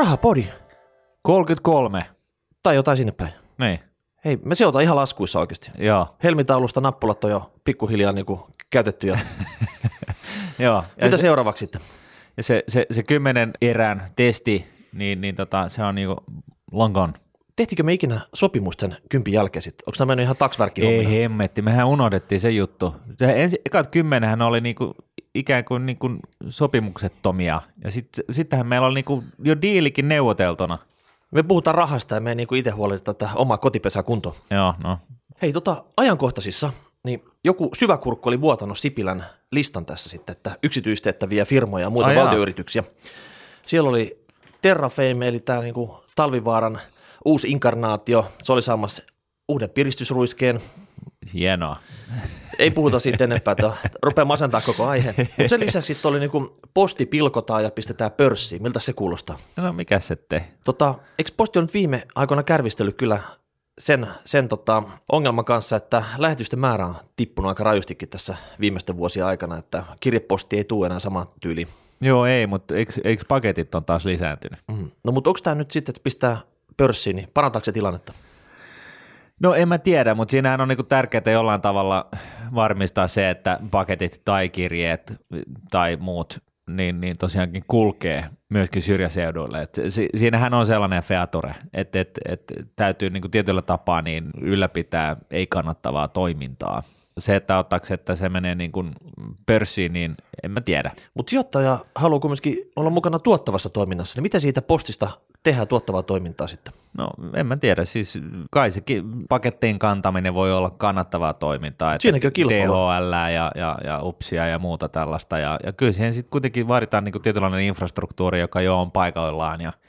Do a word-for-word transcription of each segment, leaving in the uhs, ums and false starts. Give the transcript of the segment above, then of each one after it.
Rahapodi. kolmekymmentäkolme. Tai jotain sinne päin. Niin. Hei, me seurataan ihan laskuissa oikeasti. Joo. Helmitaulusta nappulat on jo pikkuhiljaa niin kuin käytetty. Ja... Joo. Ja mitä se, seuraavaksi sitten? Ja se, se, se kymmenen erän testi, niin, niin tota, se on niinku long gone. Tehtikö me ikinä sopimusta sen kympin jälkeen sitten? Onko tämä mennyt ihan taksvärkki Ei hemmetti, mehän unohdettiin se juttu. Se ensi, ekat kymmenenhän oli niinku, ikään kuin niinku sopimuksettomia, ja sitten sittenhän meillä oli niinku jo diilikin neuvoteltuna. Me puhutaan rahasta ja me ei niinku itse huolita tätä omaa kotipesää kuntoon. Joo, no. Hei, tota, ajankohtaisissa, niin joku syväkurkku oli vuotanut Sipilän listan tässä sitten, että yksityistettäviä firmoja ja muita Ai valtioyrityksiä. Siellä oli Terrafame, eli tämä niinku Talvivaaran uusi inkarnaatio, se oli saamassa uuden piristysruiskeen. Hienoa. Ei puhuta siitä enempää, että rupeaa masentaa koko aihe. Mutta sen lisäksi sitten oli niinku posti pilkotaan ja pistetään pörssiin. Miltä se kuulostaa? No mikä se tee? Tota, eikö posti on nyt viime aikoina kärvistellyt kyllä sen, sen tota, ongelman kanssa, että lähetysten määrä on tippunut aika rajustikin tässä viimeisten vuosien aikana, että kirjeposti ei tule enää samaan tyyliin. Joo, ei, mutta eikö, eikö paketit on taas lisääntynyt? Mm. No mutta onko tämä nyt sitten, että pistää pörssiin, niin parantaako se tilannetta? No en mä tiedä, mutta siinähän on niinku tärkeää jollain tavalla varmistaa se, että paketit tai kirjeet tai muut niin, niin tosiaankin kulkee myöskin syrjäseuduille. Et si, siinähän on sellainen feature, että et, et täytyy niinku tietyllä tapaa niin ylläpitää ei-kannattavaa toimintaa. Se, että ottaako, että se menee niin kuin pörssiin, niin en mä tiedä. Mutta sijoittaja haluaa kuitenkin olla mukana tuottavassa toiminnassa, niin miten siitä postista tehdään tuottavaa toimintaa sitten? No en mä tiedä, siis kai sekin pakettiin kantaminen voi olla kannattavaa toimintaa. Siinäkin on kilpailua. D H L ja, ja, ja UPSia ja muuta tällaista, ja, ja kyllä siihen sitten kuitenkin vaaditaan niin kuin tietynlainen infrastruktuuri, joka jo on paikallaan, ja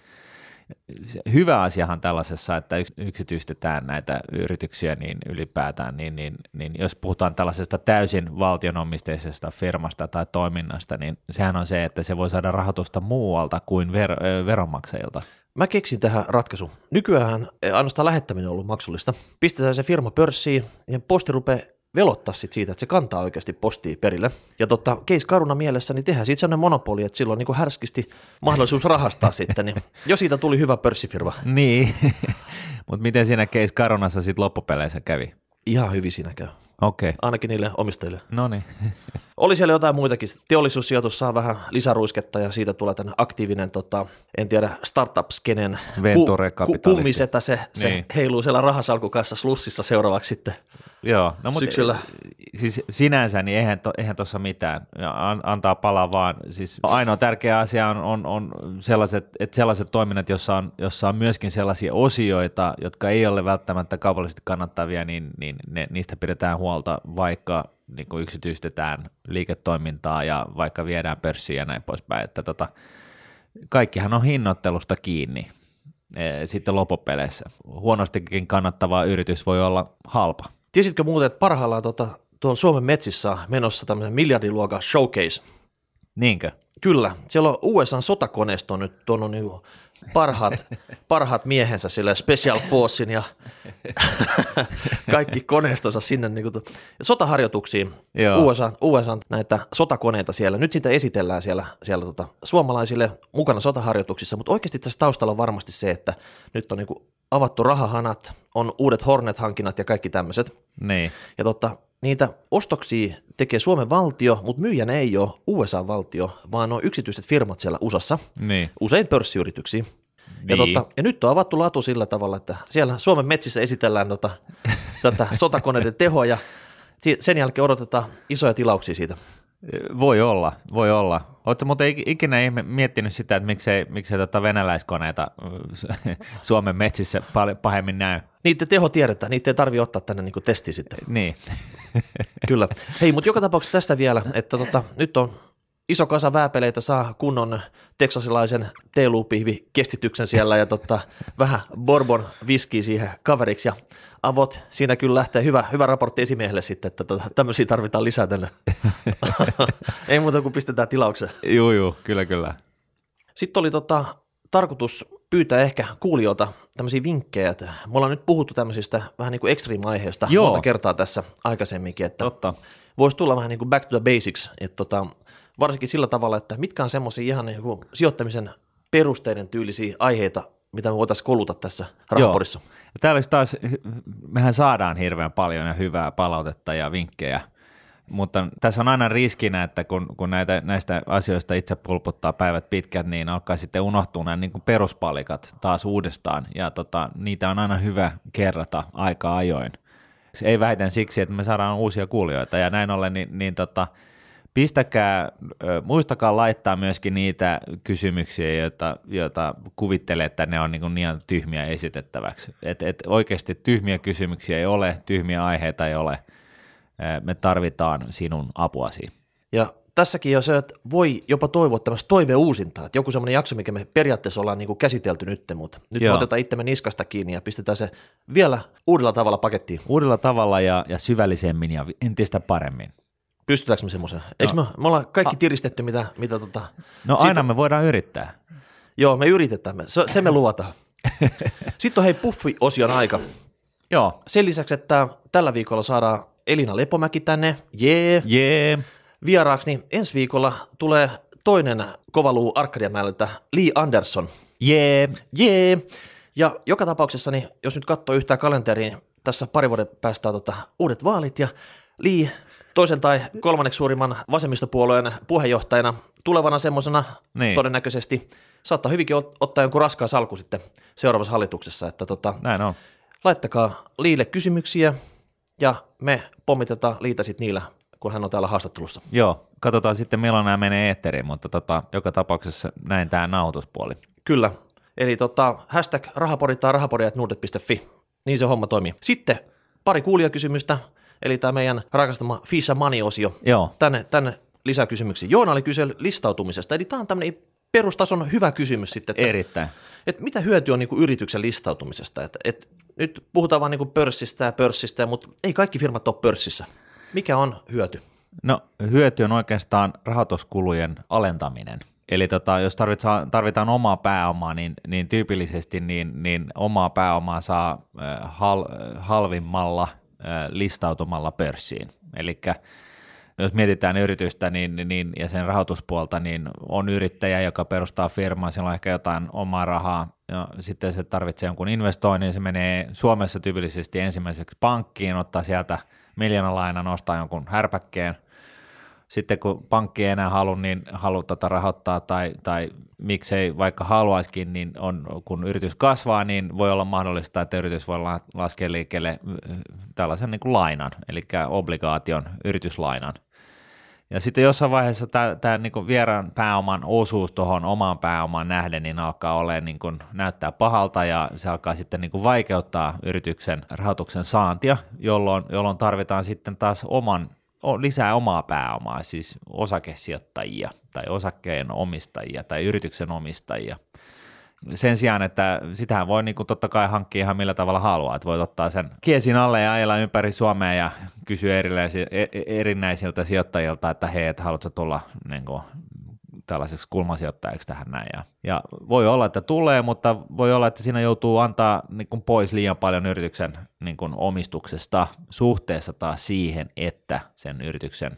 hyvä asiahan tällaisessa, että yksityistetään näitä yrityksiä niin ylipäätään, niin, niin, niin jos puhutaan tällaisesta täysin valtionomisteisesta firmasta tai toiminnasta, niin sehän on se, että se voi saada rahoitusta muualta kuin ver- veronmaksajilta. Mä keksin tähän ratkaisun. Nykyään ainoastaan lähettäminen on ollut maksullista. Pistetään se firma pörssiin ja posti rupeaa velottaa sit siitä, että se kantaa oikeasti postia perille. Ja totta, Case Caruna mielessä, niin tehdään siitä sellainen monopoli, että silloin niin kuin härskisti mahdollisuus rahastaa sitten. Niin jo siitä tuli hyvä pörssifirma. Niin, mutta miten siinä Case Carunassa sitten loppupeleissä kävi? Ihan hyvin siinä käy. Okei. Okay. Ainakin niille omistajille. No niin. Oli siellä jotain muitakin. Teollisuussijoitus saa vähän lisäruisketta ja siitä tulee tänne aktiivinen, tota, en tiedä, startup-skenen venture-kapitalisti. kummisetä. Se, se niin. Heiluu siellä rahasalkukassa slussissa seuraavaksi sitten. Joo, no mutta syksyllä. Siis sinänsä niin eihän, to, eihän tuossa mitään, antaa palaa vaan, siis ainoa tärkeä asia on, on, on sellaiset, että sellaiset toiminnat, jossa on, jossa on myöskin sellaisia osioita, jotka ei ole välttämättä kaupallisesti kannattavia, niin, niin ne, niistä pidetään huolta, vaikka niin kuin yksityistetään liiketoimintaa ja vaikka viedään pörssiin ja näin poispäin, että tota, kaikkihan on hinnoittelusta kiinni sitten loppupeleissä. Huonostikin kannattava yritys voi olla halpa. Tiesitkö muuten, että parhaillaan tuota, tuolla Suomen metsissä on menossa tämmöinen miljardiluokan showcase? Niinkö? Kyllä. Siellä on U S A sotakoneisto nyt tuonut niinku parhaat, parhaat miehensä sille Special Forcein ja kaikki koneistonsa sinne niinku tu- sotaharjoituksiin. U S A, U S A näitä sotakoneita siellä. Nyt sitä esitellään siellä, siellä tota, suomalaisille mukana sotaharjoituksissa, mutta oikeasti tässä taustalla on varmasti se, että nyt on niinku avattu rahahanat, on uudet Hornet-hankinnat ja kaikki tämmöiset. Niin. Ja totta, niitä ostoksia tekee Suomen valtio, mutta myyjänä ei ole U S A-valtio, vaan on yksityiset firmat siellä U S A:ssa, niin. Usein pörssiyrityksiä. Niin. Ja, totta, ja nyt on avattu latu sillä tavalla, että siellä Suomen metsissä esitellään tota, tätä sotakoneiden tehoa ja sen jälkeen odotetaan isoja tilauksia siitä. Voi olla, voi olla. Oletko muuten ikinä miettinyt sitä, että miksei, miksei tota venäläiskoneita Suomen metsissä paljon pahemmin näy? Niiden teho tiedetään, niitä ei tarvitse ottaa tänne niin testi sitten. Niin. Kyllä. Hei, mutta joka tapauksessa tästä vielä, että tota, nyt on iso kasa vääpeleitä, saa kunnon teksasilaisen teeluupihvi kestityksen siellä ja tota, vähän bourbon viskiä siihen kaveriksi ja avot, siinä kyllä lähtee hyvä, hyvä raportti esimiehelle sitten, että tota, tämmöisiä tarvitaan lisää tänne. Ei muuta kuin pistetään tilaukseen. Juu, juu, kyllä, kyllä. Sitten oli tota, tarkoitus pyytää ehkä kuulijoilta tämmöisiä vinkkejä, että me ollaan nyt puhuttu tämmöisistä vähän niin kuin extreme-aiheista Joo. monta kertaa tässä aikaisemminkin, että Totta. voisi tulla vähän niin kuin back to the basics, että tota, varsinkin sillä tavalla, että mitkä on semmoisia ihan niin kuin sijoittamisen perusteiden tyylisiä aiheita, mitä me voitaisiin koluta tässä Rahapodissa. Ja täällä olisi taas, mehän saadaan hirveän paljon ja hyvää palautetta ja vinkkejä, mutta tässä on aina riskinä, että kun, kun näitä, näistä asioista itse pulputtaa päivät pitkät, niin alkaa sitten unohtua nämä niin kuin peruspalikat taas uudestaan, ja tota, niitä on aina hyvä kerrata aika ajoin. Ei vähiten siksi, että me saadaan uusia kuulijoita, ja näin ollen, niin, niin tota, pistäkää, muistakaa laittaa myöskin niitä kysymyksiä, joita, joita kuvittelee, että ne on niin, kuin niin tyhmiä esitettäväksi. Et, et oikeasti tyhmiä kysymyksiä ei ole, tyhmiä aiheita ei ole. Me tarvitaan sinun apuasi. Ja tässäkin jo se, että voi jopa toivoa tämmöistä toiveuusintaa, että joku semmoinen jakso, mikä me periaatteessa ollaan niin kuin käsitelty nyt, mutta nyt Joo. me otetaan itsemme niskasta kiinni ja pistetään se vielä uudella tavalla pakettiin. Uudella tavalla ja, ja syvällisemmin ja entistä paremmin. Pystytäänkö me semmoiseen? Eikö no. me, me ollaan kaikki tiristetty, mitä... mitä tota, no aina siitä, me voidaan yrittää. Joo, me yritetään, me, se, se me luvataan. Sitten on hei puffi-osion aika. Joo. Sen lisäksi, että tällä viikolla saadaan Elina Lepomäki tänne, jee, jee. vieraaksi, niin ensi viikolla tulee toinen kovaluu Arkadianmäeltä, Lee Anderson. Jee. Jee. Ja joka tapauksessa, niin jos nyt katsoo yhtään kalenteria, niin tässä pari vuoden päästä on tota, uudet vaalit, ja Lee toisen tai kolmanneksi suurimman vasemmistopuolueen puheenjohtajana tulevana semmoisena niin. todennäköisesti saattaa hyvinkin ot- ottaa jonkun raskaan salku sitten seuraavassa hallituksessa. Että tota, näin on. Laittakaa Liille kysymyksiä ja me pommitetaan Liitä sitten niillä, kun hän on täällä haastattelussa. Joo, katsotaan sitten milloin nämä menee eetteriin, mutta tota, joka tapauksessa näin tämä nauhoituspuoli. Kyllä, eli tota, hashtag rahapodi tai rahapodi at nuudet piste fi, niin se homma toimii. Sitten pari kuulijakysymystä. Eli tämä meidän rakastama Fisa Money-osio. Joo. Tänne, tänne lisää kysymyksiä. Joona oli kyse listautumisesta, eli tämä on tämmöinen perustason hyvä kysymys sitten. Että, Erittäin. Että mitä hyötyä on niin kuin yrityksen listautumisesta? Että, että nyt puhutaan vaan niin kuin pörssistä ja pörssistä, mutta ei kaikki firmat ole pörssissä. Mikä on hyöty? No hyöty on oikeastaan rahoituskulujen alentaminen. Eli tota, jos tarvitaan, tarvitaan omaa pääomaa, niin, niin tyypillisesti niin, niin omaa pääomaa saa äh, hal, halvimmalla listautumalla pörssiin. Eli jos mietitään yritystä niin, niin, ja sen rahoituspuolta, niin on yrittäjä, joka perustaa firmaa, sillä on ehkä jotain omaa rahaa, ja sitten se tarvitsee jonkun investoinnin, se menee Suomessa tyypillisesti ensimmäiseksi pankkiin, ottaa sieltä miljoonalainan, ostaa jonkun härpäkkeen. Sitten kun pankki ei enää halua, niin halua tätä rahoittaa tai, tai miksei vaikka haluaisikin, niin on, kun yritys kasvaa, niin voi olla mahdollista, että yritys voi laskea liikkeelle tällaisen niin kuin lainan, eli obligaation, yrityslainan. Ja sitten jossain vaiheessa tämä, tämä niin kuin vieraan pääoman osuus tuohon omaan pääomaan nähden, niin alkaa olemaan, niin kuin, näyttää pahalta ja se alkaa sitten niin kuin vaikeuttaa yrityksen rahoituksen saantia, jolloin, jolloin tarvitaan sitten taas oman lisää omaa pääomaa, siis osakesijoittajia tai osakkeen omistajia tai yrityksen omistajia. Sen sijaan, että sitähän voi niin kuin totta kai hankkia ihan millä tavalla haluaa, että voit ottaa sen kiesin alle ja ajella ympäri Suomea ja kysyä erinäisiltä sijoittajilta, että hei, että haluatko tulla niin kuin tällaiseksi kulmasijoittajaksi tähän näin. Ja, ja voi olla, että tulee, mutta voi olla, että siinä joutuu antaa niin kuin pois liian paljon yrityksen niin kuin omistuksesta suhteessa taas siihen, että sen yrityksen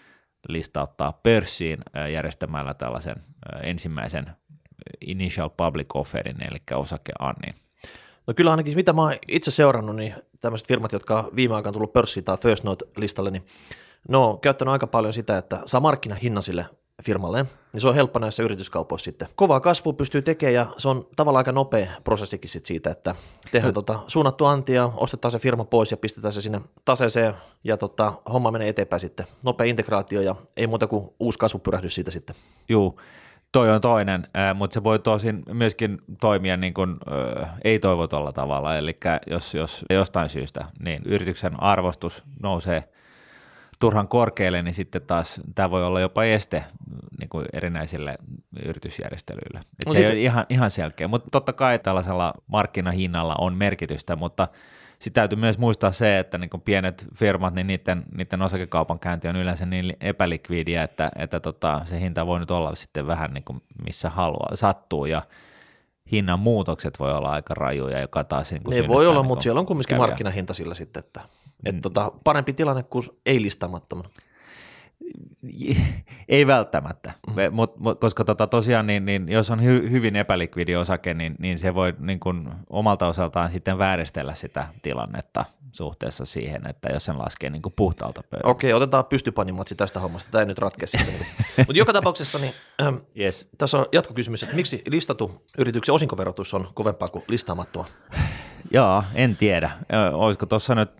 listauttaa pörssiin järjestämällä tällaisen ensimmäisen initial public offerin, eli osakeannin. No kyllä ainakin, mitä mä oon itse seurannut, niin tämmöiset firmat, jotka on viime aikoina tullut pörssiin tai First Note-listalle, niin ne on käyttänyt aika paljon sitä, että saa markkinahinnan sille firmalle, niin se on helppo näissä yrityskaupoissa sitten. Kovaa kasvua pystyy tekemään ja se on tavallaan aika nopea prosessikin sit siitä, että tehdään tota, suunnattu anti ja ostetaan se firma pois ja pistetään se sinne taseeseen ja tota, homma menee eteenpäin sitten. Nopea integraatio ja ei muuta kuin uusi kasvupyrähdys siitä sitten. Juu. Toi on toinen, mutta se voi tosin myöskin toimia niin kuin, äh, ei-toivotolla tavalla, eli jos, jos jostain syystä niin yrityksen arvostus nousee turhan korkealle, niin sitten taas tämä voi olla jopa este niin kuin erinäisille yritysjärjestelyille. No se sit... ei ole ihan, ihan selkeä, mutta totta kai tällaisella markkinahinnalla on merkitystä, mutta sitten täytyy myös muistaa se, että niin kuin pienet firmat, niin niiden, niiden osakekaupankäynti on yleensä niin epälikviidiä, että, että tota, se hinta voi nyt olla sitten vähän niin kuin missä haluaa, sattuu, ja hinnan muutokset voi olla aika rajuja, joka taas niin kuin ne voi olla, niin mutta siellä on kumminkin kävijä. Markkinahinta sillä sitten, että, että mm. tota, parempi tilanne kuin ei listaamattomana. Ei välttämättä, mm. mut, mut, koska tota, tosiaan niin, niin, jos on hy, hyvin epälikvidi osake, niin, niin se voi niin kun, omalta osaltaan sitten vääristellä sitä tilannetta suhteessa siihen, että jos sen laskee niin kun puhtaalta pöydältä. Okei, otetaan pystypanimatsi tästä hommasta, tämä ei nyt ratkea sitten. Mutta joka tapauksessa niin, ähm, yes. Tässä on jatkokysymys, että miksi listattu yrityksen osinkoverotus on kovempaa kuin listaamattua? Joo, en tiedä. Olisiko tuossa nyt...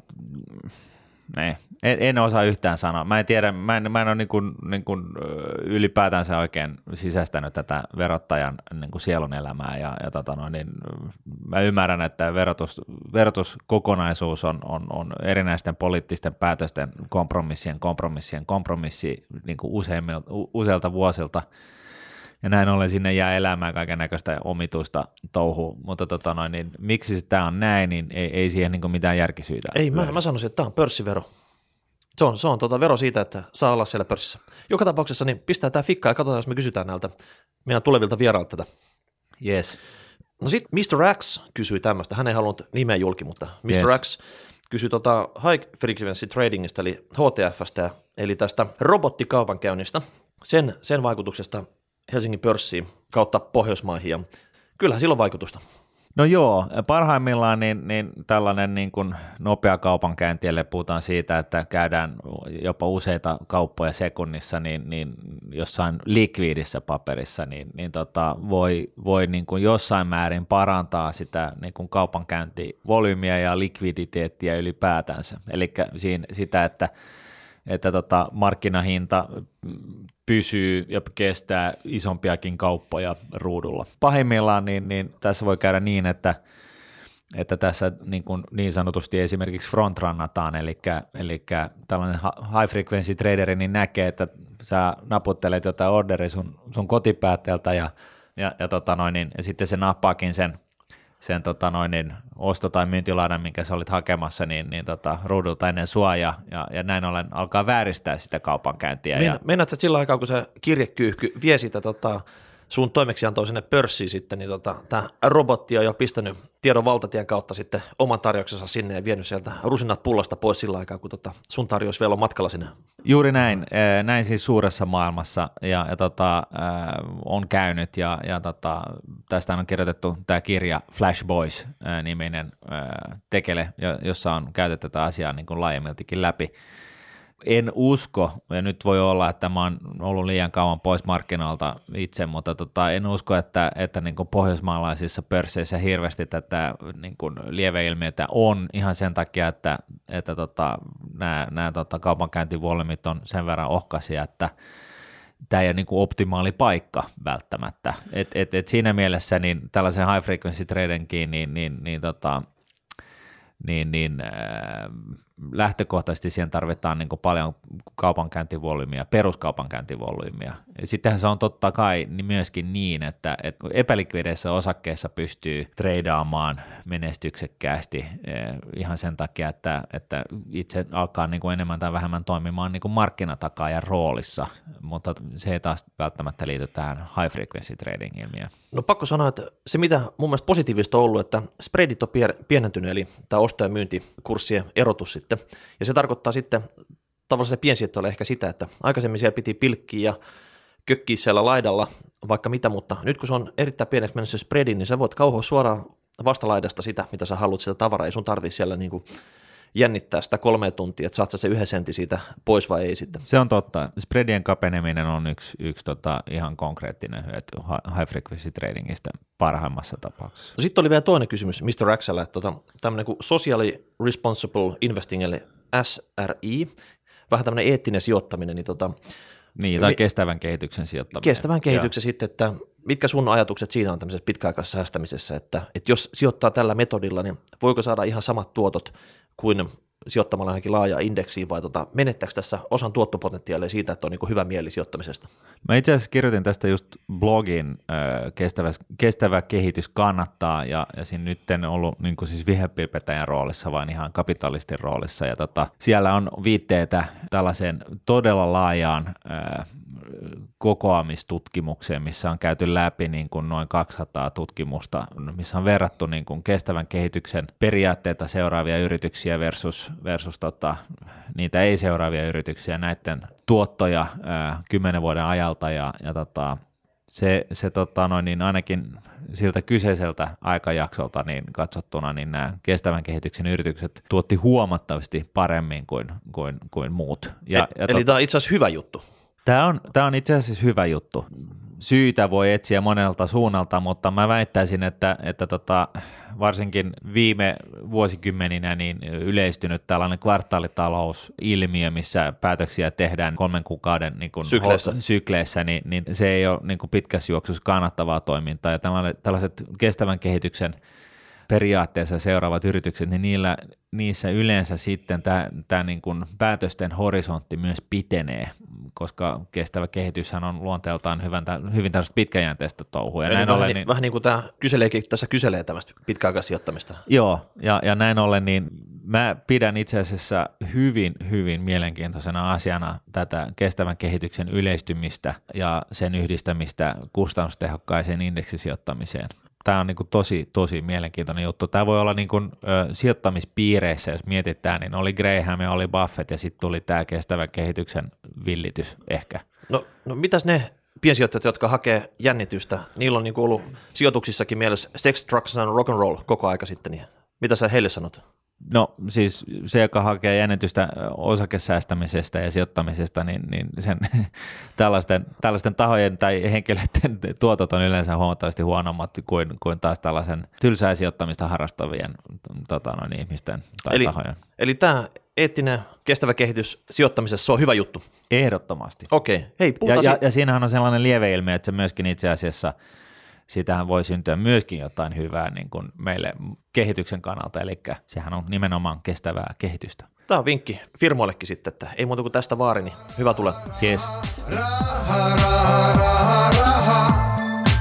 Ei, en, en osaa yhtään sanoa. Mä en tiedä, mä en, mä en ole niin kuin, niin kuin ylipäätänsä oikein sisäistänyt tätä verottajan niin kuin sielun elämää ja, ja tota no, niin mä ymmärrän, että verotus, verotuskokonaisuus on, on, on erinäisten poliittisten päätösten kompromissien, kompromissien, kompromissi niin kuin useilta vuosilta. Ja näin ollen sinne jää elämään kaiken näköistä omituista touhua, mutta tota noin, niin miksi tämä on näin, niin ei, ei siihen niin mitään järkisyitä. Ei, mä, mä sanoisin, että tämä on pörssivero. Se on, se on tota vero siitä, että saa olla siellä pörssissä. Joka tapauksessa niin pistää tämä fikkaa ja katsotaan, jos me kysytään näiltä meidän tulevilta vierailta tätä. Yes. No sitten mister X kysyi tämmöistä, hän ei halunnut nimeä julki, mutta mister Yes. X kysyi tota High Frequency Tradingista, eli H T F:stä, eli tästä robottikaupankäynnistä, sen, sen vaikutuksesta Helsingin pörssiin kautta Pohjoismaihin, ja kyllähän sillä on vaikutusta. No joo, parhaimmillaan niin, niin tällainen niin kuin nopea kaupankäynti, eli puhutaan siitä, että käydään jopa useita kauppoja sekunnissa, niin, niin jossain likviidissä paperissa, niin, niin tota, voi, voi niin kuin jossain määrin parantaa sitä niin kuin kaupankäyntivolyymiä ja likviditeettiä ylipäätänsä, eli siinä, sitä, että että tota, markkinahinta pysyy ja kestää isompiakin kauppoja ruudulla. Pahimmillaan niin, niin tässä voi käydä niin, että, että tässä niin, kuin niin sanotusti esimerkiksi frontrannataan, eli, eli tällainen high frequency traderi niin näkee, että sä naputtelet jotain orderi sun, sun kotipäätteeltä ja, ja, ja, tota noin, niin, ja sitten se nappaakin sen sen tota noin, niin osto- tai myyntilaidan, minkä sä olit hakemassa, niin, niin tota, ruudulta ennen sua, ja, ja, ja näin ollen alkaa vääristää sitä kaupankäyntiä. Meina, ja... Meinaat sä sillä aikaa, kun se kirjekyyhky vie sitä tota, sun toimeksiantoa sinne pörssiin sitten, niin tota, tämä robotti on jo pistänyt tiedon valtatien kautta sitten oman tarjouksensa sinne ja vienyt sieltä rusinat pullasta pois sillä aikaa, kun tota, sun tarjous vielä on matkalla sinne. Juuri näin, näin siis suuressa maailmassa ja, ja tota, on käynyt ja, ja tota, tästä on kirjoitettu tämä kirja Flash Boys-niminen tekele, jossa on käytetty tätä asiaa niin kuin laajemmiltikin läpi. En usko, ja nyt voi olla, että mä oon ollut liian kauan pois markkinoilta itse, mutta tota, en usko, että, että niin kuin pohjoismaalaisissa pörsseissä hirveästi tätä niin kuin lieveilmiötä on ihan sen takia, että, että tota, nämä, nämä tota, kaupankäyntivolyymit on sen verran ohkaisia, että tämä ei ole niin kuin optimaali paikka välttämättä. Et, et, et siinä mielessä niin tällaisen high frequency tradenkin, niin, niin, niin tota, niin, niin äh, lähtökohtaisesti siihen tarvitaan niin kuin paljon kaupankäyntivolyymiä, peruskaupankäyntivolyymiä. Sittenhän se on totta kai myöskin niin, että, että epälikvideissä osakkeissa pystyy treidaamaan menestyksekkäästi äh, ihan sen takia, että, että itse alkaa niin kuin enemmän tai vähemmän toimimaan niin kuin markkinatakaajan roolissa, mutta se ei taas välttämättä liity tähän high frequency trading -ilmiöön. No pakko sanoa, että se mitä mun mielestä positiivista on ollut, että spreadit on pienentynyt, eli tämä osto- ja myyntikurssien erotus sitten, ja se tarkoittaa sitten tavalliselle piensijoittajalle ehkä sitä, että aikaisemmin siellä piti pilkkiä ja kökkiä siellä laidalla vaikka mitä, mutta nyt kun se on erittäin pieneksi mennyt se spreadi, niin sä voit kauhoa suoraan vastalaidasta sitä, mitä sä haluat sitä tavaraa, ei sun tarvitse siellä niinku jännittää sitä kolme tuntia, että saat sä se yhden sentin siitä pois vai ei sitten. Se on totta. Spreadien kapeneminen on yksi, yksi tota ihan konkreettinen hyöty high frequency tradingista parhaimmassa tapauksessa. No sitten oli vielä toinen kysymys mister X:llä, että tota, tämmöinen kuin Socially Responsible Investing, eli S R I, vähän tämmöinen eettinen sijoittaminen, niin tota, Niin, tai kestävän kehityksen sijoittaminen. Kestävän kehityksen ja sitten, että mitkä sun ajatukset siinä on tämmöisessä pitkäaikaisessa säästämisessä, että, että jos sijoittaa tällä metodilla, niin voiko saada ihan samat tuotot kuin sijoittamalla johonkin laajaa indeksiin, vai tota, menettääkö tässä osan tuottopotentiaalia siitä, että on niin kuin hyvä mieli sijoittamisesta? Mä itse asiassa kirjoitin tästä just blogin äh, kestävä, kestävä kehitys kannattaa, ja, ja siinä nyt en ollut niin kuin siis vihepilpetäjän roolissa, vaan ihan kapitalistin roolissa, ja tota, siellä on viitteitä tällaiseen todella laajaan äh, kokoamistutkimukseen, missä on käyty läpi niin kuin noin kaksisataa tutkimusta, missä on verrattu niin kuin kestävän kehityksen periaatteita seuraavia yrityksiä versus, versus tota, niitä ei seuraavia yrityksiä näiden tuottoja kymmenen vuoden ajalta ja, ja tota, se, se tota noin, niin ainakin siltä kyseiseltä aikajaksolta niin katsottuna niin nämä kestävän kehityksen yritykset tuotti huomattavasti paremmin kuin, kuin, kuin muut. Ja, e- ja eli tot... tämä on itse asiassa hyvä juttu. Tämä on, tämä on itse asiassa hyvä juttu. Syytä voi etsiä monelta suunnalta, mutta mä väittäisin, että, että tota, varsinkin viime vuosikymmeninä niin yleistynyt tällainen kvartaalitalousilmiö, missä päätöksiä tehdään kolmen kuukauden niin kuin sykleissä, sykleissä niin, niin se ei ole niin kuin pitkässä juoksussa kannattavaa toimintaa. Ja tällaiset kestävän kehityksen periaatteessa seuraavat yritykset, niin niillä, niissä yleensä sitten tämä, tämä niin kuin päätösten horisontti myös pitenee, koska kestävä kehityshän on luonteeltaan hyvin, hyvin tällaista pitkäjänteistä touhua. Ja näin vähän, ollen, niin, vähän niin kuin tämä kyseleekin, tässä kyselee tämmöistä pitkäaikaissijoittamista. Joo, ja, ja näin ollen niin mä pidän itse asiassa hyvin, hyvin mielenkiintoisena asiana tätä kestävän kehityksen yleistymistä ja sen yhdistämistä kustannustehokkaiseen indeksisijoittamiseen. Tämä on niin kuin tosi, tosi mielenkiintoinen juttu. Tämä voi olla niin kuin, ö, sijoittamispiireissä, jos mietitään, niin oli Graham ja oli Buffett ja sitten tuli tämä kestävän kehityksen villitys ehkä. No, no mitäs ne piensijoittajat, jotka hakee jännitystä, niillä on niin kuin ollut sijoituksissakin mielessä sex, drugs and rock and roll koko aika sitten, niin mitä sä heille sanot? No siis se, joka hakee jännitystä osakesäästämisestä ja sijoittamisesta, niin, niin sen, tällaisten, tällaisten tahojen tai henkilöiden tuotot on yleensä huomattavasti huonommat kuin, kuin taas tällaisen tylsää sijoittamista harrastavien tota, noin, ihmisten tai eli, tahojen. Eli tämä eettinen kestävä kehitys sijoittamisessa, se on hyvä juttu? Ehdottomasti. Okei, okay. Hei puhutaan ja, ja, si- ja siinähän on sellainen lieveilmiö, että se myöskin itse asiassa siitähän voi syntyä myöskin jotain hyvää niin kuin meille kehityksen kannalta, eli sehän on nimenomaan kestävää kehitystä. Tämä on vinkki firmoillekin sitten, että ei muuta kuin tästä vaari, niin hyvä tulee. Yes. Raha, raha, raha, raha.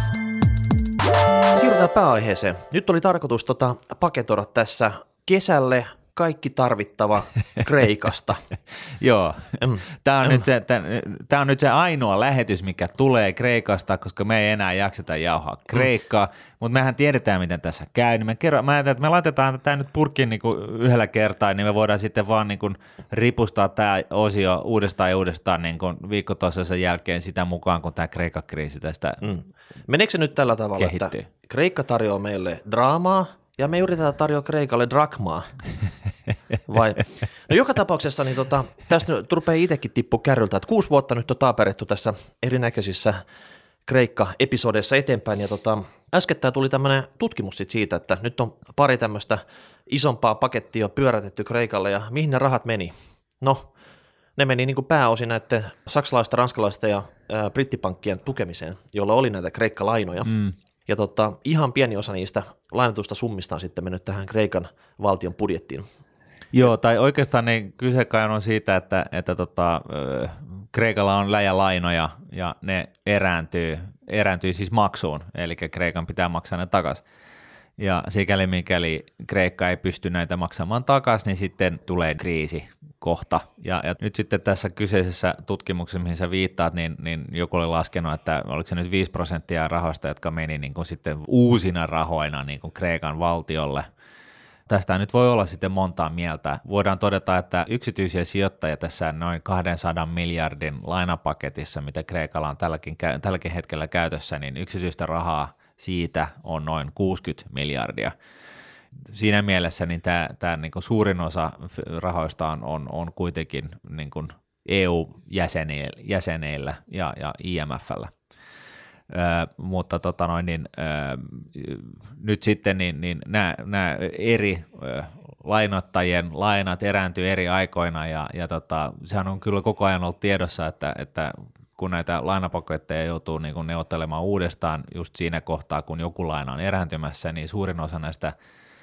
Siirrytään pääaiheeseen. Nyt oli tarkoitus tota, paketoida tässä kesälle kaikki tarvittava Kreikasta. Joo, Mm. tämä on, Mm. nyt se, tämä on nyt se ainoa lähetys, mikä tulee Kreikasta, koska me ei enää jakseta jauhaa Kreikkaa, mm. mutta mehän tiedetään, miten tässä käy. Niin me, kerro, mä että me laitetaan tämä nyt purkkiin niin kuin yhdellä kertaa, niin me voidaan sitten vaan niin kuin ripustaa tämä osio uudestaan ja uudestaan niin kuin viikko toisensa jälkeen sitä mukaan, kun tämä Kreikan kriisi tästä Mm. Meneekö se nyt tällä tavalla, kehittyy. että Kreikka tarjoaa meille draamaa, ja me yritetään tarjoa Kreikalle drakmaa? Vai? No joka tapauksessa niin tota, tästä nyt rupeaa itsekin tippua kärryltä, että kuusi vuotta nyt on taaperettu tässä erinäköisissä Kreikka-episodeissa eteenpäin, ja tota, äskettäin tuli tämmöinen tutkimus sit siitä, että nyt on pari tämmöistä isompaa pakettia pyörätetty Kreikalle, ja mihin ne rahat meni? No, ne meni niin kuin pääosin näiden saksalaisten, ranskalaisten ja ää, brittipankkien tukemiseen, jolla oli näitä Kreikka-lainoja. Mm. Ja tota, ihan pieni osa niistä lainatusta summista on sitten mennyt tähän Kreikan valtion budjettiin. Joo, tai oikeastaan niin kyse kai on siitä, että, että tota, Kreikalla on läjälainoja ja ne erääntyy, erääntyy siis maksuun, eli Kreikan pitää maksaa ne takaisin. Ja sikäli mikäli Kreikka ei pysty näitä maksamaan takaisin, niin sitten tulee kriisi kohta. Ja, ja nyt sitten tässä kyseisessä tutkimuksessa, mihin sä viittaat, niin, niin joku oli laskenut, että oliko se nyt viisi prosenttia rahoista, jotka meni niin kuin sitten uusina rahoina niin kuin Kreikan valtiolle. Tästä nyt voi olla sitten montaa mieltä. Voidaan todeta, että yksityisiä sijoittajia tässä noin kahdensadan miljardin lainapaketissa, mitä Kreikalla on tälläkin, tälläkin hetkellä käytössä, niin yksityistä rahaa siitä on noin kuusikymmentä miljardia. Siinä mielessä niin tämä, tämä niin kuin suurin osa rahoista on, on, on kuitenkin niin kuin E U-jäseneillä ja, ja I M F:llä. Ö, mutta tota noin, niin, ö, nyt sitten niin, niin nämä, nämä eri ö, lainottajien lainat erääntyy eri aikoina ja, ja tota, sehän on kyllä koko ajan ollut tiedossa, että, että kun näitä lainapaketteja joutuu niin kuin neuvottelemaan uudestaan just siinä kohtaa, kun joku laina on erääntymässä, niin suurin osa näistä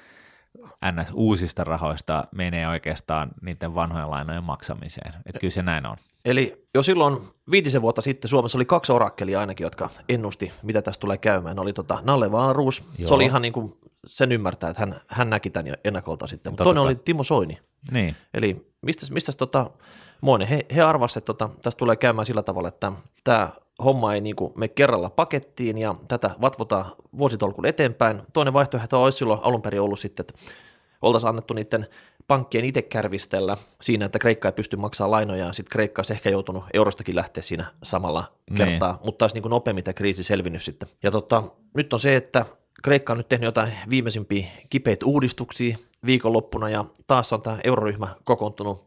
N S-uusista rahoista menee oikeastaan niiden vanhojen lainojen maksamiseen. Että kyllä se näin on. Eli jo silloin viitisen vuotta sitten Suomessa oli kaksi orakkelia ainakin, jotka ennusti, mitä tästä tulee käymään. Ne oli tota Nalle Wahlroos, se oli ihan niin kuin sen ymmärtää, että hän, hän näki tämän jo ennakolta sitten. Mutta toinen oli Timo Soini. Niin. Eli mistä, mistä tota, Moinen, he, he arvasivat, että tota, tästä tulee käymään sillä tavalla, että tämä homma ei niin kuin mene kerralla pakettiin ja tätä vatvotaan vuositolkulla eteenpäin. Toinen vaihtoehto olisi silloin alun perin ollut sitten, että oltaisiin annettu niiden pankkien itse kärvistellä siinä, että Kreikka ei pysty maksamaan lainoja, ja sitten Kreikka olisi ehkä joutunut eurostakin lähteä siinä samalla kertaa, niin. Mutta olisi niin kuin nopeammin tämä kriisi selvinnyt sitten. Ja tota, nyt on se, että Kreikka on nyt tehnyt jotain viimeisimpiä kipeitä uudistuksia viikonloppuna, ja taas on tämä euroryhmä kokoontunut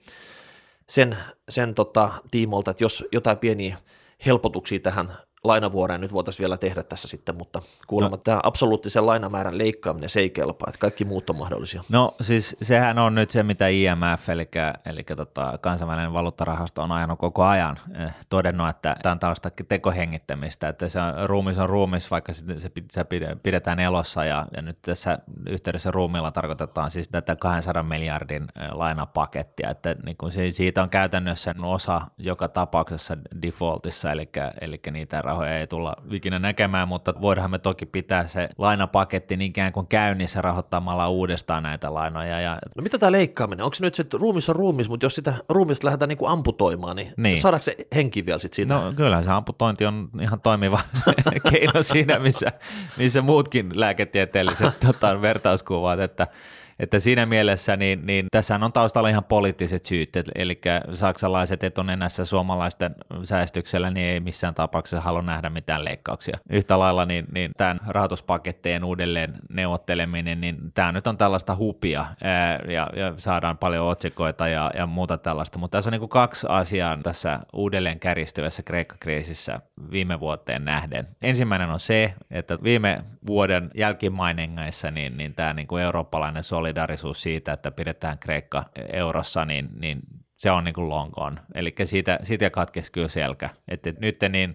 sen, sen tota, tiimolta, että jos jotain pieniä helpotuksia tähän lainavuoreen nyt voitaisiin vielä tehdä tässä sitten, mutta kuulemma no. Tämä absoluuttisen lainamäärän leikkaaminen se ei kelpaa, että kaikki muut on mahdollisia. No siis sehän on nyt se, mitä I M F, eli, eli tota, kansainvälinen valuuttarahasto on ajanut koko ajan, eh, todennut, että tämä on tällaista tekohengittämistä, että se on, ruumis on ruumis, vaikka se, se pidetään elossa, ja, ja nyt tässä yhteydessä ruumilla tarkoitetaan siis tätä kahdensadan miljardin lainapakettia, että niin kuin se, siitä on käytännössä osa joka tapauksessa defaultissa, eli, eli niitä rahoja ei tulla ikinä näkemään, mutta voidaan me toki pitää se lainapaketti ikään kuin käynnissä rahoittamalla uudestaan näitä lainoja. Ja... No mitä tämä leikkaaminen? Onko se nyt se, että ruumis on ruumis, mutta jos sitä ruumista lähdetään niin kuin amputoimaan, niin, niin saadaanko se henki vielä sitten siitä? No kyllä se amputointi on ihan toimiva keino siinä, missä, missä muutkin lääketieteelliset tota, vertauskuvat, että Että siinä mielessä niin, niin tässä on taustalla ihan poliittiset syyt, eli saksalaiset etunenässä suomalaisten säästyksellä niin ei missään tapauksessa halua nähdä mitään leikkauksia. Yhtä lailla niin, niin tämän rahoituspaketteen uudelleen neuvotteleminen, niin tämä nyt on tällaista hupia ää, ja, ja saadaan paljon otsikoita ja, ja muuta tällaista, mutta tässä on niin kuin kaksi asiaa tässä uudelleen kärjistyvässä Kreikka-kriisissä viime vuoteen nähden. Ensimmäinen on se, että viime vuoden jälkimainingeissa niin, niin tämä niin kuin eurooppalainen solidarisuus siitä, että pidetään Kreikka eurossa, niin, niin se on niin kuin long gone. Eli siitä, siitä katkesi kyllä selkä. Että nyt niin,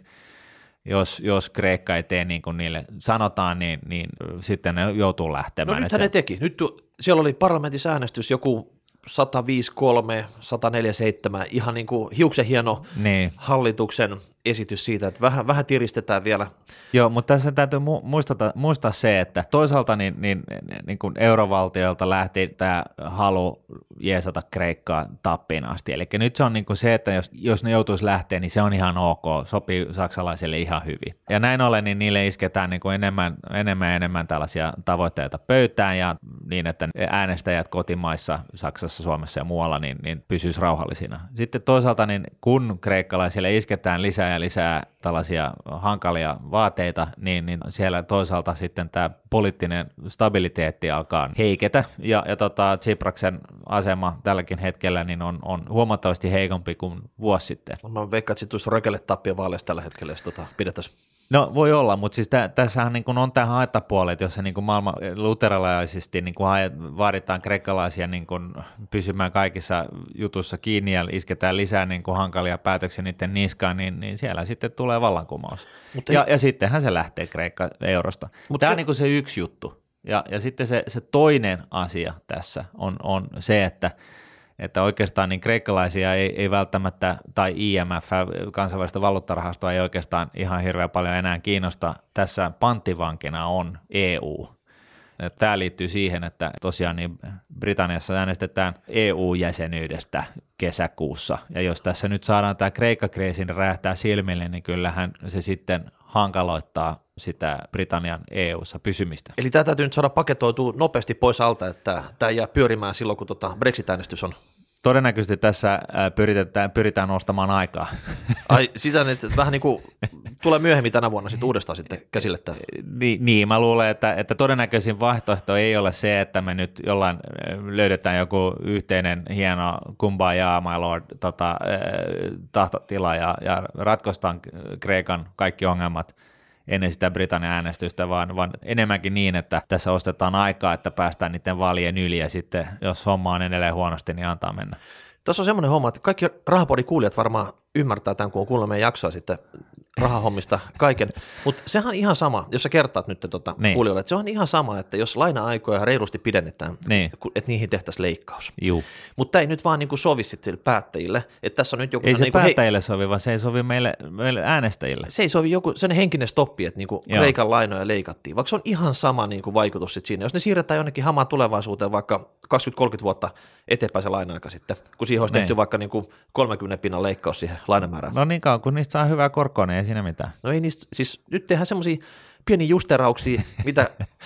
jos, jos Kreikka ei tee niin kuin niille sanotaan, niin, niin sitten ne joutuu lähtemään. No nythän ne teki. Nyt siellä oli parlamentissa äänestys joku sata viisi kolme, sata neljä seitsemän, ihan niin kuin hiuksen hieno niin. Hallituksen esitys siitä, että vähän, vähän tiristetään vielä. Joo, mutta tässä täytyy muistaa, muistaa se, että toisaalta niin, niin, niin kuin eurovaltiolta lähti tämä halu jeesata Kreikkaa tappiin asti. Eli nyt se on niin kuin se, että jos, jos ne joutuisi lähteä, niin se on ihan ok, sopii saksalaisille ihan hyvin. Ja näin ollen niin niille isketään niin kuin enemmän, enemmän ja enemmän tällaisia tavoitteita pöytään ja niin, että äänestäjät kotimaissa, Saksassa, Suomessa ja muualla niin, niin pysyisi rauhallisina. Sitten toisaalta niin kun kreikkalaisille isketään lisää ja lisää tällaisia hankalia vaateita, niin, niin siellä toisaalta sitten tämä poliittinen stabiliteetti alkaa heiketä, ja, ja tota, Tsipraksen asema tälläkin hetkellä niin on, on huomattavasti heikompi kuin vuosi sitten. Mä veikkaan, että sitten tulisi Rökelle tappia vaaleissa tällä hetkellä, jos tota, pidettäisiin. No voi olla, mutta siis tä, tässähän niin kuin on tämä haittapuoli, että jos niin kuin maailman luterilaisesti niin kuin vaaditaan kreikkalaisia niin kuin pysymään kaikissa jutuissa kiinni ja isketään lisää niin kuin hankalia päätöksiä niiden niskaan, niin, niin siellä sitten tulee vallankumous. Mutta ja, ei... ja sittenhän se lähtee Kreikka eurosta. Mutta tämä on niin kuin se yksi juttu. Ja, ja sitten se, se toinen asia tässä on, on se, että että oikeastaan niin kreikkalaisia ei, ei välttämättä, tai I M F, kansainvälistä valuuttarahastoa, ei oikeastaan ihan hirveän paljon enää kiinnosta. Tässä panttivankina on E U. Tämä liittyy siihen, että tosiaan niin Britanniassa äänestetään E U-jäsenyydestä kesäkuussa, ja jos tässä nyt saadaan tämä Kreikka-kriisin räjähtää silmille, niin kyllähän se sitten hankaloittaa sitä Britannian E U:ssa pysymistä. Eli tämä täytyy nyt saada paketoitua nopeasti pois alta, että tämä jää pyörimään silloin, kun tota Brexit-äänestys on. Todennäköisesti tässä pyritään, pyritään ostamaan aikaa. Ai sitä nyt vähän niin kuin tulee myöhemmin tänä vuonna sitten uudestaan sitten käsille tämä. Niin, niin, mä luulen, että, että todennäköisin vaihtoehto ei ole se, että me nyt jollain löydetään joku yhteinen hieno kumbaya, my lord, tota, tahtotila ja, ja ratkaistaan Kreikan kaikki ongelmat ennen sitä Britannian äänestystä, vaan, vaan enemmänkin niin, että tässä ostetaan aikaa, että päästään niiden vaalien yli ja sitten jos homma on edelleen huonosti, niin antaa mennä. Tässä on semmoinen homma, että kaikki Rahapodin kuulijat varmaan ymmärtää tämän, kun on kuunnellut meidän jaksoa sitten rahahommista kaiken, mutta sehän on ihan sama, jos sä kertaat nyt tota niin. kuulijoille, että se on ihan sama, että jos laina-aikoja reilusti pidennetään, niin. että niihin tehtäisiin leikkaus. Mutta ei nyt vaan niin kuin sovi sitten päättäjille, että tässä on nyt joku... Ei se niin päättäjille he... sovi, vaan se ei sovi meille, meille äänestäjille. Se ei sovi joku sellainen henkinen stoppi, että niin kuin Kreikan lainoja leikattiin, vaikka se on ihan sama niin kuin vaikutus sitten siinä. Jos ne siirretään jonnekin hamaan tulevaisuuteen vaikka kaksikymmentä kolmekymmentä vuotta eteenpäin se laina-aika sitten, kun siihen olisi tehty niin. vaikka niin kuin kolmenkymmenen pinnan leikkaus siihen lainamäärään. No niin kauan, kun niistä saa hyvää korkoa, niin ei siinä mitään. No ei niistä, siis nyt tehdään semmoisia pieniä justerauksia, mitä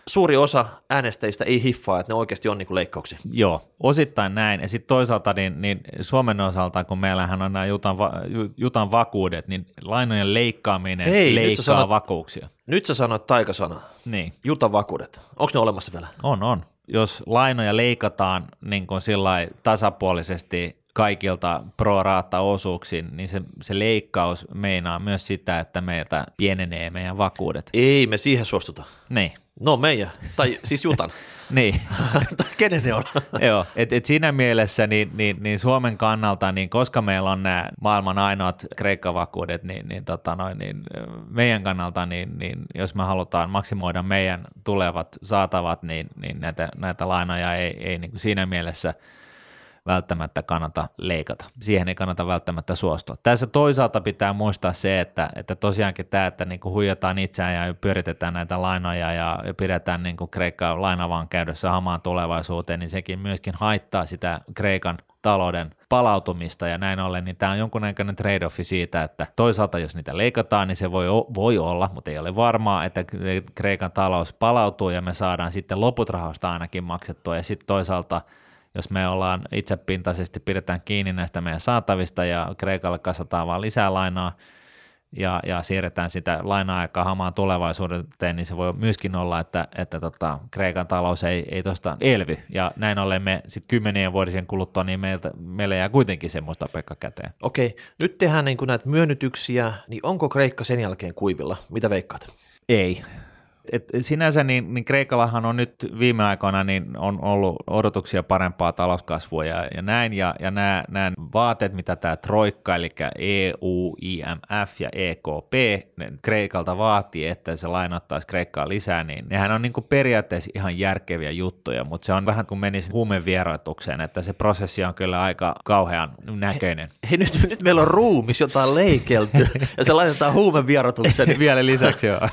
suuri osa äänestäjistä ei hiffaa, että ne oikeasti on niin kuin leikkauksia. Joo, osittain näin. Ja sitten toisaalta niin, niin Suomen osalta, kun meillähän on nämä jutan, va, jutan vakuudet, niin lainojen leikkaaminen Hei, leikkaa nyt sä sanot, vakuuksia. Nyt sä sanoit taikasana. Niin. Jutan vakuudet. Onko ne olemassa vielä? On, on. Jos lainoja leikataan niin kuin sillai tasapuolisesti kaikilta pro rata osuuksiin, niin se, se leikkaus meinaa myös sitä, että meiltä pienenee meidän vakuudet. Ei me siihen suostuta. Niin. No meidän, tai siis Jutan. Niin. Tai kenen ne on? Joo, että et siinä mielessä niin, niin, niin Suomen kannalta, niin koska meillä on nämä maailman ainoat Kreikka-vakuudet, niin, niin, tota noin, niin meidän kannalta, niin, niin jos me halutaan maksimoida meidän tulevat saatavat, niin, niin näitä, näitä lainoja ei, ei niin kuin siinä mielessä välttämättä kannata leikata. Siihen ei kannata välttämättä suostua. Tässä toisaalta pitää muistaa se, että, että tosiaankin tämä, että niin kuin huijataan itseään ja pyöritetään näitä lainoja ja pidetään niin kuin Kreikkaa lainavaan käydessä hamaan tulevaisuuteen, niin sekin myöskin haittaa sitä Kreikan talouden palautumista ja näin ollen, niin tämä on jonkunnäköinen trade-offi siitä, että toisaalta jos niitä leikataan, niin se voi, voi olla, mutta ei ole varmaa, että Kreikan talous palautuu ja me saadaan sitten loput rahoista ainakin maksettua ja sitten toisaalta jos me ollaan itsepintaisesti, pidetään kiinni näistä meidän saatavista ja Kreikalle kasvataan vaan lisää lainaa ja, ja siirretään sitä laina-aikaa hamaan tulevaisuuteen, niin se voi myöskin olla, että, että tota, Kreikan talous ei, ei tuosta elvy ja näin ollen me sitten kymmenien vuosien kuluttua, niin meiltä, meille jää kuitenkin semmoista Pekka käteen. Okei, nyt tehdään niin kuin näitä myönnytyksiä, niin onko Kreikka sen jälkeen kuivilla? Mitä veikkaat? Ei. Et sinänsä niin, niin Kreikallahan on nyt viime aikoina niin on ollut odotuksia parempaa talouskasvua ja, ja näin, ja, ja nämä, nämä vaateet, mitä tämä Troikka, eli E U, I M F ja E K P, ne Kreikalta vaatii, että se lainoittaisi Kreikkaa lisää, niin nehän on niin kuin periaatteessa ihan järkeviä juttuja, mutta se on vähän kuin menisi huumevieroitukseen, että se prosessi on kyllä aika kauhean näköinen. Hei, hei nyt, nyt meillä on ruumis, jota on leikelty, ja se laitetaan huumevierotukseen. Vielä lisäksi joo.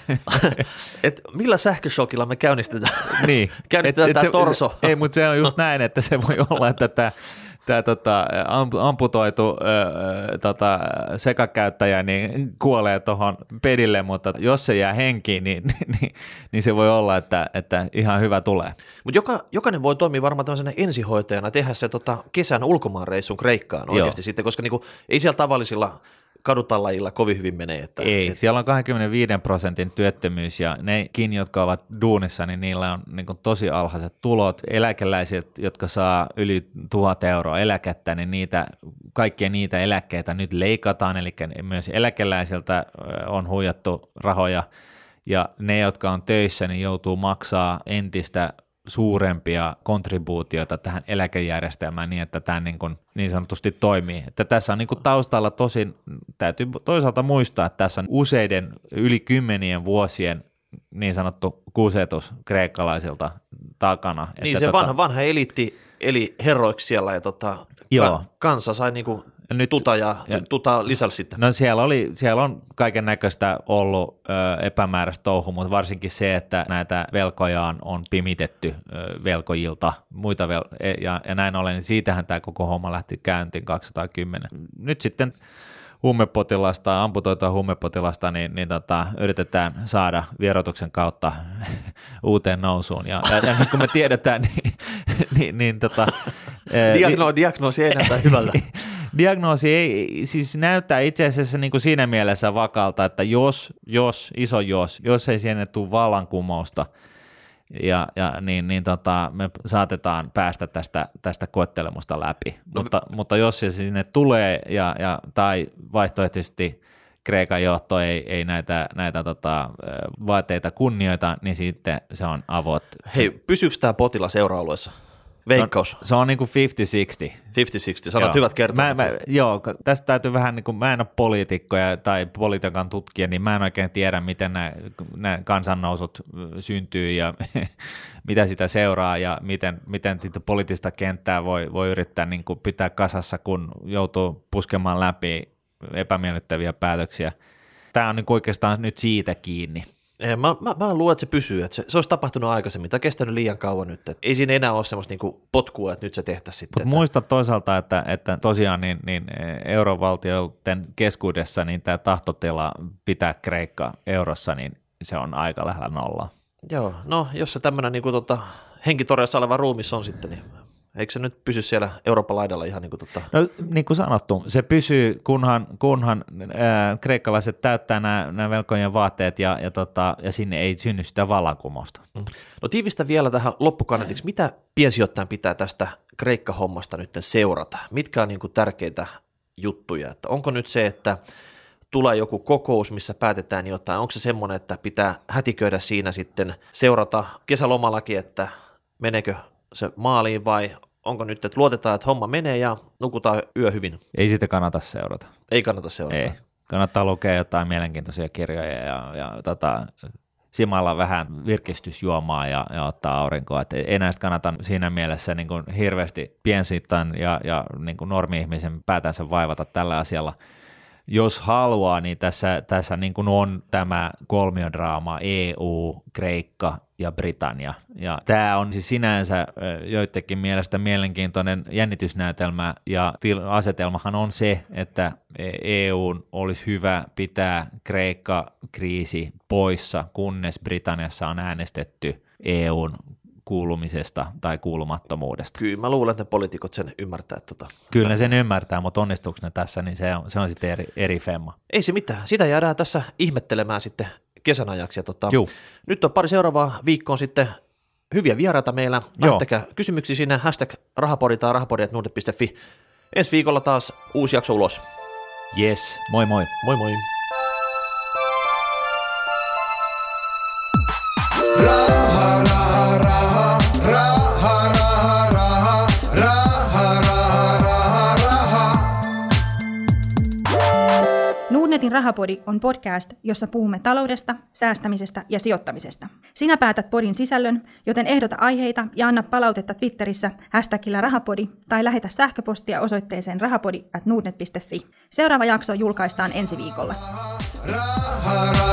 Et millä sähköshokilla me käynnistetään, niin. käynnistetään et, et tämä se, torso? Se, ei, mutta se on just näin, että se voi olla, että tämä tämä tota, amputoitu ö, tota, sekakäyttäjä niin kuolee tuohon pedille, mutta jos se jää henkiin, niin, niin, niin se voi olla, että, että ihan hyvä tulee. Mutta joka, jokainen voi toimia varmaan tämmöisenä ensihoitajana, tehdä se tota, kesän ulkomaanreissun Kreikkaan oikeasti Joo. sitten, koska niinku, ei siellä tavallisilla kadutallajilla kovin hyvin menee. Että, ei, et... siellä on kaksikymmentäviisi prosentin työttömyys ja nekin, jotka ovat duunissa, niin niillä on niin kuin tosi alhaiset tulot. Eläkeläiset, jotka saa yli tuhat euroa eläkettä, niin niitä, kaikkia niitä eläkkeitä nyt leikataan, eli myös eläkeläisiltä on huijattu rahoja ja ne, jotka on töissä, niin joutuu maksaa entistä suurempia kontribuutioita tähän eläkejärjestelmään niin, että tämä niin, kuin niin sanotusti toimii. Että tässä on niin kuin taustalla tosin, täytyy toisaalta muistaa, että tässä on useiden yli kymmenien vuosien niin sanottu kusetus kreikkalaisilta takana. Niin että se tota, vanha, vanha eliitti eli herroiksi siellä ja tota, ka- kansa sai niinku nyt, tuta ja, ja tuta lisällä sitten. No siellä, oli, siellä on kaiken näköistä ollut ö, epämääräistä touhu, mutta varsinkin se, että näitä velkoja on, on pimitetty ö, velkojilta muita vel- ja, ja näin ollen, niin siitähän tämä koko homma lähti käyntiin kaksituhattakymmenen. Nyt sitten huumepotilasta, amputoitua huumepotilasta, niin, niin tota, yritetään saada vierotuksen kautta uuteen nousuun. Ja, ja, ja kun me tiedetään, niin, niin, niin tota, Diagno, diagnoosi ei näytä hyvältä. Diagnoosi ei, siis näyttää itse asiassa niin kuin siinä mielessä vakalta, että jos, jos, iso jos, jos ei siihen tule vallankumousta, ja, ja niin, niin tota, me saatetaan päästä tästä, tästä koettelemusta läpi, no, mutta, mutta jos se sinne tulee ja, ja, tai vaihtoehtoisesti Kreikan johto ei, ei näitä, näitä tota, vaateita kunnioita, niin sitten se on avot. Hei, pysyykö tämä potilas euroalueessa? Veikkaus. No, se on niin kuin viisikymmentä kuusikymmentä. viisikymmentä kuusikymmentä, sanot hyvät kertomat. Mä, mä, joo, tästä täytyy vähän, niin kuin, mä en ole poliitikkoja tai politiikan tutkija, niin mä en oikein tiedä, miten nämä, nämä kansannousut syntyy ja mitä sitä seuraa ja miten, miten poliittista kenttää voi, voi yrittää niin kuin pitää kasassa, kun joutuu puskemaan läpi epämiellyttäviä päätöksiä. Tämä on niin kuin oikeastaan nyt siitä kiinni. Mä, mä, mä luulen, että se pysyy, että se, se olisi tapahtunut aikaisemmin, tämä on kestänyt liian kauan nyt, että ei siinä enää ole semmoista niinku potkua, että nyt se tehtäisiin sitten. Mutta muista toisaalta, että, että tosiaan niin, niin eurovaltioiden keskuudessa niin tämä tahtotila pitää Kreikka eurossa, niin se on aika lähellä nollaa. Joo, no jos se tämmöinen niin kuin, tota, henkitorjassa oleva ruumis on sitten, niin eikö se nyt pysy siellä Euroopan laidalla ihan niin kuin tota... No niin kuin sanottu, se pysyy, kunhan, kunhan ää, kreikkalaiset täyttää nämä, nämä velkojen vaatteet ja, ja, tota, ja sinne ei synny sitä vallankumousta. No tiivistä vielä tähän loppukannatiksi, mitä piensijoittajan pitää tästä Kreikka-hommasta nyt seurata? Mitkä on niin kuin tärkeitä juttuja? Että onko nyt se, että tulee joku kokous, missä päätetään jotain, onko se semmoinen, että pitää hätiköidä siinä sitten seurata kesälomallakin, että meneekö se maaliin vai onko nyt, että luotetaan, että homma menee ja nukutaan yö hyvin? Ei sitä kannata seurata. Ei kannata seurata. Ei. Kannattaa lukea jotain mielenkiintoisia kirjoja ja, ja tota, simalla vähän virkistysjuomaa ja, ja ottaa aurinkoa. Et ei näistä kannata siinä mielessä niin kuin hirveästi piensittäin ja, ja niin kuin normi-ihmisen päätänsä vaivata tällä asialla. Jos haluaa, niin tässä, tässä niin kuin on tämä kolmiodraama E U, Kreikka ja Britannia. Ja tämä on siis sinänsä joidenkin mielestä mielenkiintoinen jännitysnäytelmä, ja asetelmahan on se, että E U:n olisi hyvä pitää Kreikka-kriisi poissa, kunnes Britanniassa on äänestetty E U:n kuulumisesta tai kuulumattomuudesta. Kyllä mä luulen, että ne poliitikot sen ymmärtää. Tota. Kyllä ne sen ymmärtää, mutta onnistuuko ne tässä, niin se on, se on sitten eri, eri femma. Ei se mitään, sitä jäädään tässä ihmettelemään sitten kesän ajaksi. Ja tota, nyt on pari seuraavaa viikkoa sitten hyviä vieraita meillä. Lähtekää kysymyksiä sinne, hashtag rahapodi tai rahapodi at nuudet piste fi. Ensi viikolla taas uusi jakso ulos. Yes, moi moi. Moi moi. Raha, raha, raha, raha, raha, raha, raha, raha, raha. Nordnetin Rahapodi on podcast, jossa puhumme taloudesta, säästämisestä ja sijoittamisesta. Sinä päätät podin sisällön, joten ehdota aiheita ja anna palautetta Twitterissä hashtagillä rahapodi tai lähetä sähköpostia osoitteeseen rahapodi at nordnet piste fi. Seuraava jakso julkaistaan ensi viikolla. Raha, raha.